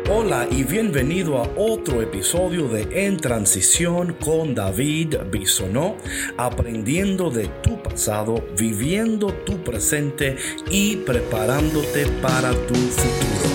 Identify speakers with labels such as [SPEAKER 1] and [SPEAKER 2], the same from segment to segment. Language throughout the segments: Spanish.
[SPEAKER 1] Hola y bienvenido a otro episodio de En Transición con David Bisonó, aprendiendo de tu pasado, viviendo tu presente y preparándote para tu futuro.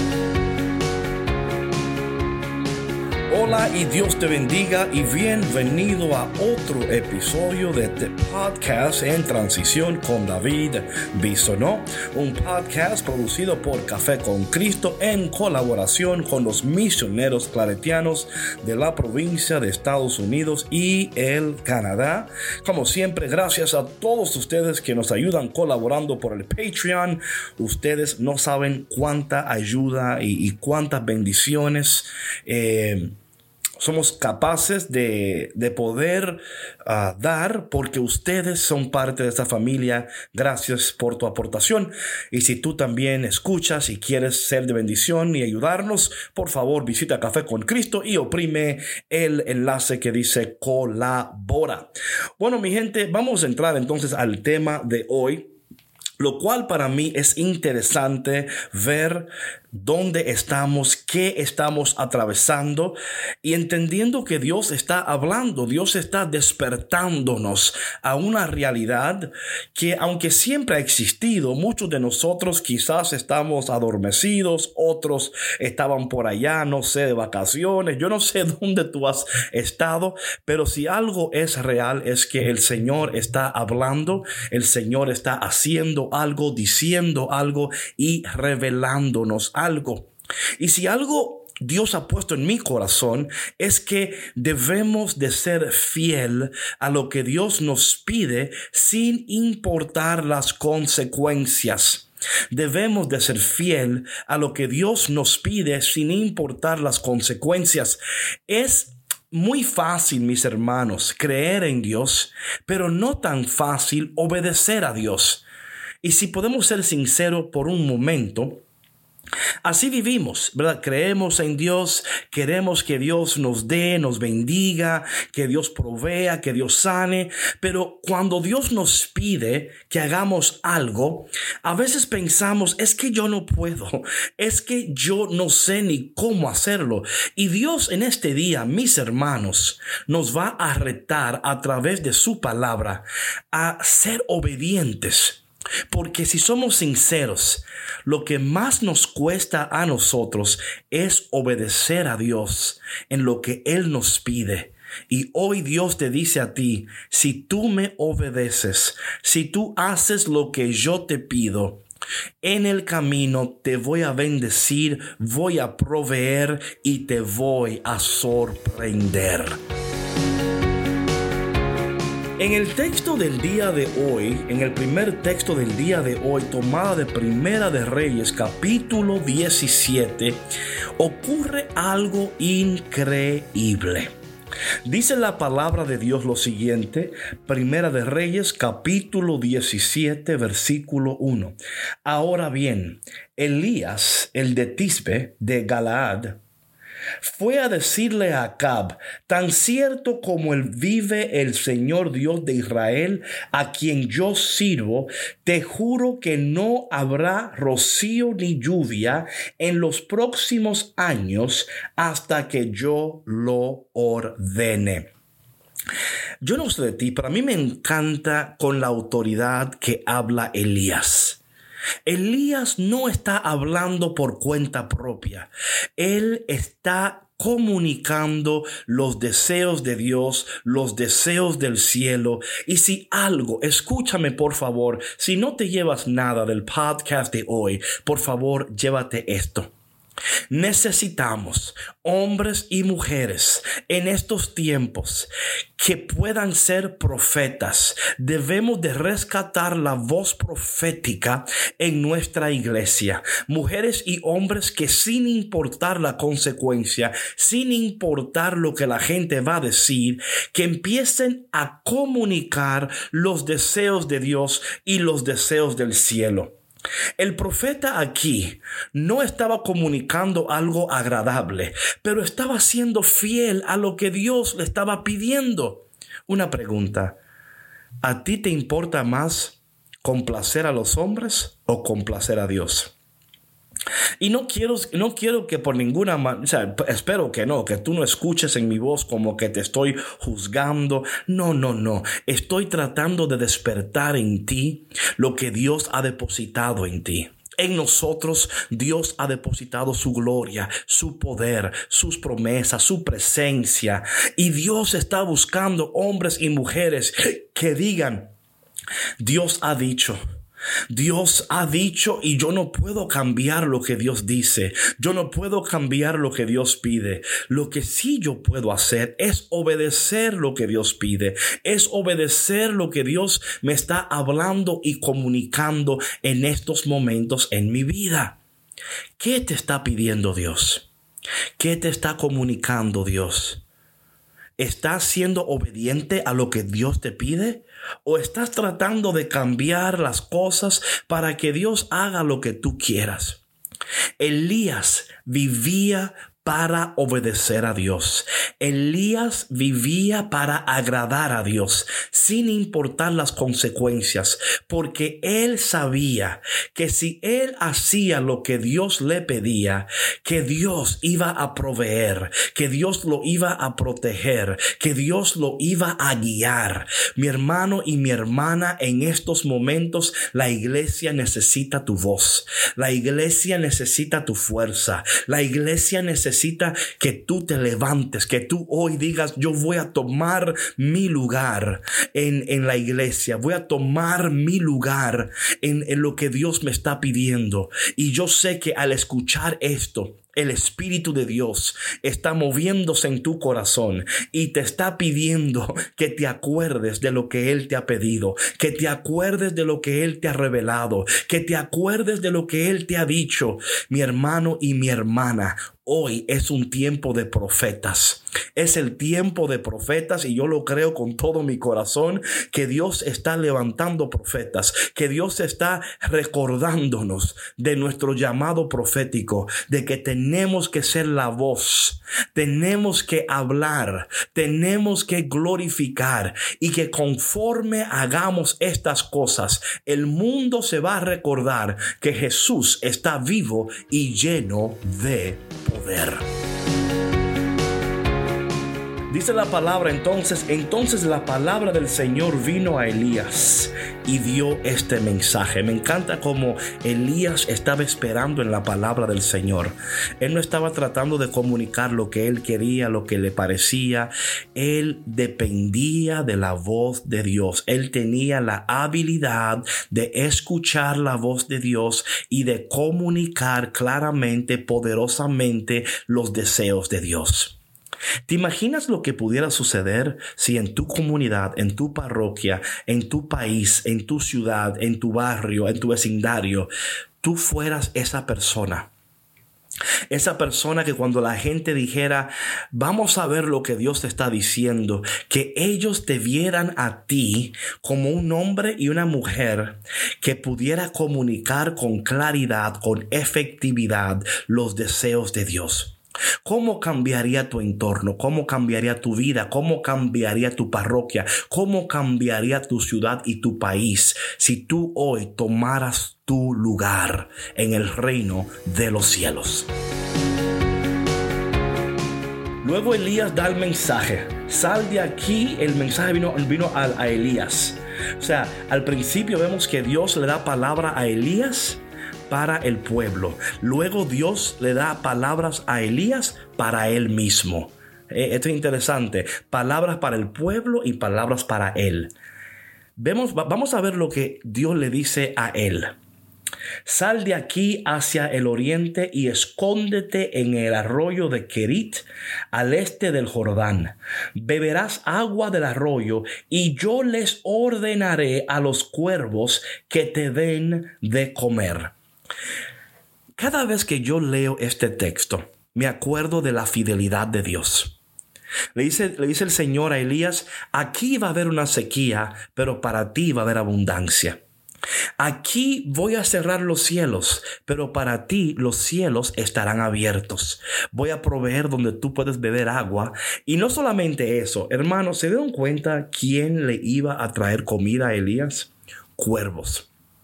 [SPEAKER 1] Hola y Dios te bendiga y bienvenido a otro episodio de este podcast En Transición con David Bisonó, un podcast producido por Café con Cristo en colaboración con los misioneros claretianos de la provincia de Estados Unidos y el Canadá. Como siempre, gracias a todos ustedes que nos ayudan colaborando por el Patreon. Ustedes no saben cuánta ayuda y cuántas bendiciones somos capaces de poder dar, porque ustedes son parte de esta familia. Gracias por tu aportación. Y si tú también escuchas y quieres ser de bendición y ayudarnos, por favor visita Café con Cristo y oprime el enlace que dice colabora. Bueno, mi gente, vamos a entrar entonces al tema de hoy, lo cual para mí es interesante ver dónde estamos, qué estamos atravesando y entendiendo que Dios está hablando, Dios está despertándonos a una realidad que, aunque siempre ha existido, muchos de nosotros quizás estamos adormecidos, otros estaban por allá, no sé, de vacaciones. Yo no sé dónde tú has estado, pero si algo es real es que el Señor está hablando, el Señor está haciendo algo, diciendo algo y revelándonos algo. Y si algo Dios ha puesto en mi corazón es que debemos de ser fiel a lo que Dios nos pide sin importar las consecuencias. Debemos de ser fiel a lo que Dios nos pide sin importar las consecuencias. Es muy fácil, mis hermanos, creer en Dios, pero no tan fácil obedecer a Dios. Y si podemos ser sinceros por un momento, así vivimos, ¿verdad? Creemos en Dios, queremos que Dios nos dé, nos bendiga, que Dios provea, que Dios sane. Pero cuando Dios nos pide que hagamos algo, a veces pensamos, es que yo no puedo, es que yo no sé ni cómo hacerlo. Y Dios en este día, mis hermanos, nos va a retar a través de su palabra a ser obedientes. Porque si somos sinceros, lo que más nos cuesta a nosotros es obedecer a Dios en lo que Él nos pide. Y hoy Dios te dice a ti, si tú me obedeces, si tú haces lo que yo te pido, en el camino te voy a bendecir, voy a proveer y te voy a sorprender. En el texto del día de hoy, en el primer texto del día de hoy, tomada de Primera de Reyes, capítulo 17, ocurre algo increíble. Dice la palabra de Dios lo siguiente, Primera de Reyes, capítulo 17, versículo 1. Ahora bien, Elías, el de Tisbe, de Galaad, fue a decirle a Acab, tan cierto como él vive el Señor Dios de Israel, a quien yo sirvo, te juro que no habrá rocío ni lluvia en los próximos años hasta que yo lo ordene. Yo no sé de ti, pero a mí me encanta con la autoridad que habla Elías. Elías no está hablando por cuenta propia. Él está comunicando los deseos de Dios, los deseos del cielo. Y si algo, escúchame por favor, si no te llevas nada del podcast de hoy, por favor, llévate esto. Necesitamos hombres y mujeres en estos tiempos que puedan ser profetas. Debemos de rescatar la voz profética en nuestra iglesia. Mujeres y hombres que, sin importar la consecuencia, sin importar lo que la gente va a decir, que empiecen a comunicar los deseos de Dios y los deseos del cielo. El profeta aquí no estaba comunicando algo agradable, pero estaba siendo fiel a lo que Dios le estaba pidiendo. Una pregunta: ¿a ti te importa más complacer a los hombres o complacer a Dios? Y no quiero que por ninguna manera, o sea, espero que no, que tú no escuches en mi voz como que te estoy juzgando. No. Estoy tratando de despertar en ti lo que Dios ha depositado en ti. En nosotros Dios ha depositado su gloria, su poder, sus promesas, su presencia. Y Dios está buscando hombres y mujeres que digan: Dios ha dicho. Dios ha dicho y yo no puedo cambiar lo que Dios dice. Yo no puedo cambiar lo que Dios pide. Lo que sí yo puedo hacer es obedecer lo que Dios pide. Es obedecer lo que Dios me está hablando y comunicando en estos momentos en mi vida. ¿Qué te está pidiendo Dios? ¿Qué te está comunicando Dios? ¿Estás siendo obediente a lo que Dios te pide? ¿O estás tratando de cambiar las cosas para que Dios haga lo que tú quieras? Elías vivía para obedecer a Dios. Elías vivía para agradar a Dios, sin importar las consecuencias, porque él sabía que si él hacía lo que Dios le pedía, que Dios iba a proveer, que Dios lo iba a proteger, que Dios lo iba a guiar. Mi hermano y mi hermana, en estos momentos la iglesia necesita tu voz. La iglesia necesita tu fuerza. La iglesia necesita que tú te levantes, que tú hoy digas: yo voy a tomar mi lugar en la iglesia, voy a tomar mi lugar en lo que Dios me está pidiendo. Y yo sé que al escuchar esto, el Espíritu de Dios está moviéndose en tu corazón y te está pidiendo que te acuerdes de lo que Él te ha pedido, que te acuerdes de lo que Él te ha revelado, que te acuerdes de lo que Él te ha dicho. Mi hermano y mi hermana, hoy es un tiempo de profetas. Es el tiempo de profetas y yo lo creo con todo mi corazón, que Dios está levantando profetas, que Dios está recordándonos de nuestro llamado profético, de que tenemos que ser la voz, tenemos que hablar, tenemos que glorificar, y que conforme hagamos estas cosas, el mundo se va a recordar que Jesús está vivo y lleno de poder. Dice la palabra entonces la palabra del Señor vino a Elías y dio este mensaje. Me encanta cómo Elías estaba esperando en la palabra del Señor. Él no estaba tratando de comunicar lo que él quería, lo que le parecía. Él dependía de la voz de Dios. Él tenía la habilidad de escuchar la voz de Dios y de comunicar claramente, poderosamente los deseos de Dios. ¿Te imaginas lo que pudiera suceder si en tu comunidad, en tu parroquia, en tu país, en tu ciudad, en tu barrio, en tu vecindario, tú fueras esa persona? Esa persona que cuando la gente dijera: vamos a ver lo que Dios te está diciendo, que ellos te vieran a ti como un hombre y una mujer que pudiera comunicar con claridad, con efectividad los deseos de Dios. ¿Cómo cambiaría tu entorno? ¿Cómo cambiaría tu vida? ¿Cómo cambiaría tu parroquia? ¿Cómo cambiaría tu ciudad y tu país si tú hoy tomaras tu lugar en el reino de los cielos? Luego Elías da el mensaje: sal de aquí. El mensaje vino a Elías. O sea, al principio vemos que Dios le da palabra a Elías para el pueblo. Luego Dios le da palabras a Elías para él mismo. Esto es interesante. Palabras para el pueblo y palabras para él. Vamos a ver lo que Dios le dice a él. Sal de aquí hacia el oriente y escóndete en el arroyo de Kerit, al este del Jordán. Beberás agua del arroyo y yo les ordenaré a los cuervos que te den de comer. Cada vez que yo leo este texto, me acuerdo de la fidelidad de Dios. Le dice el Señor a Elías: aquí va a haber una sequía, pero para ti va a haber abundancia. Aquí voy a cerrar los cielos, pero para ti los cielos estarán abiertos. Voy a proveer donde tú puedes beber agua. Y no solamente eso, hermanos, ¿se dieron cuenta quién le iba a traer comida a Elías? Cuervos.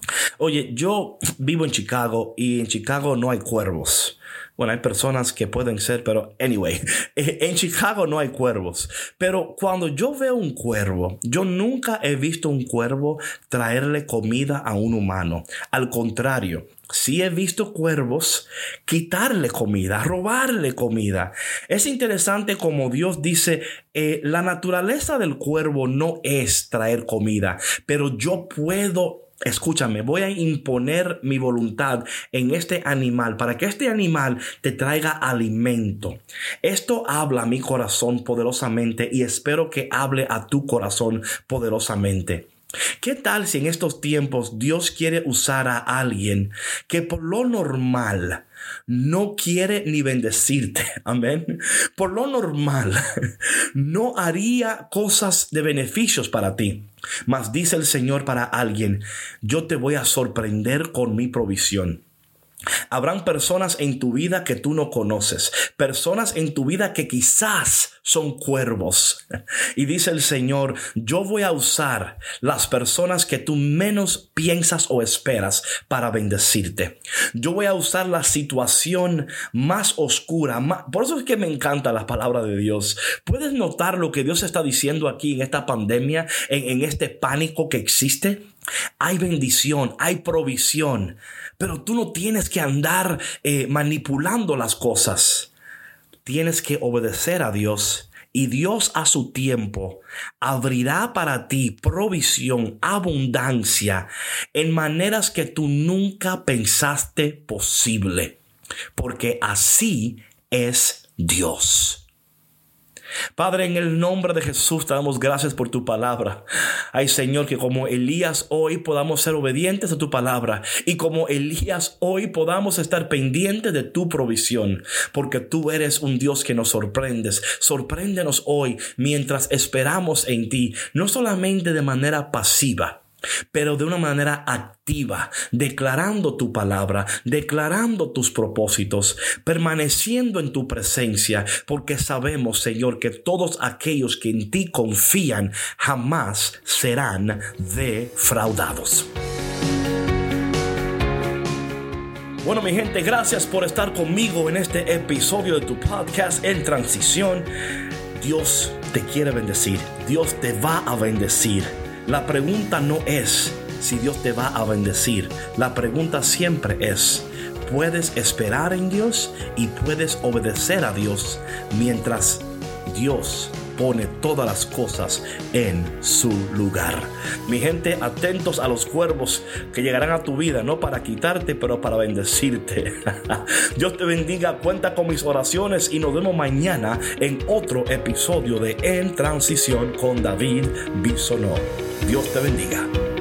[SPEAKER 1] Oye, yo vivo en Chicago y en Chicago no hay cuervos. Bueno, hay personas que pueden ser, pero anyway, en Chicago no hay cuervos. Pero cuando yo veo un cuervo, yo nunca he visto un cuervo traerle comida a un humano. Al contrario, sí he visto cuervos quitarle comida, robarle comida. Es interesante como Dios dice, la naturaleza del cuervo no es traer comida, pero yo puedo... Escúchame, voy a imponer mi voluntad en este animal para que este animal te traiga alimento. Esto habla a mi corazón poderosamente y espero que hable a tu corazón poderosamente. ¿Qué tal si en estos tiempos Dios quiere usar a alguien que por lo normal no quiere ni bendecirte? Amén. Por lo normal no haría cosas de beneficios para ti. Mas dice el Señor para alguien: yo te voy a sorprender con mi provisión. Habrán personas en tu vida que tú no conoces, personas en tu vida que quizás son cuervos. Y dice el Señor, yo voy a usar las personas que tú menos piensas o esperas para bendecirte. Yo voy a usar la situación más oscura. Por eso es que me encanta la palabra de Dios. ¿Puedes notar lo que Dios está diciendo aquí en esta pandemia, en este pánico que existe? Hay bendición, hay provisión, pero tú no tienes que andar manipulando las cosas. Tienes que obedecer a Dios y Dios a su tiempo abrirá para ti provisión, abundancia en maneras que tú nunca pensaste posible, porque así es Dios. Padre, en el nombre de Jesús te damos gracias por tu palabra. Ay, Señor, que como Elías hoy podamos ser obedientes a tu palabra y como Elías hoy podamos estar pendientes de tu provisión, porque tú eres un Dios que nos sorprendes. Sorpréndenos hoy mientras esperamos en ti, no solamente de manera pasiva, pero de una manera activa, declarando tu palabra, declarando tus propósitos, permaneciendo en tu presencia, porque sabemos, Señor, que todos aquellos que en ti confían jamás serán defraudados. Bueno, mi gente, gracias por estar conmigo en este episodio de tu podcast En Transición. Dios te quiere bendecir, Dios te va a bendecir. La pregunta no es si Dios te va a bendecir. La pregunta siempre es, ¿puedes esperar en Dios y puedes obedecer a Dios mientras Dios pone todas las cosas en su lugar? Mi gente, atentos a los cuervos que llegarán a tu vida, no para quitarte, pero para bendecirte. Dios te bendiga, cuenta con mis oraciones y nos vemos mañana en otro episodio de En Transición con David Bisonó. Dios te bendiga.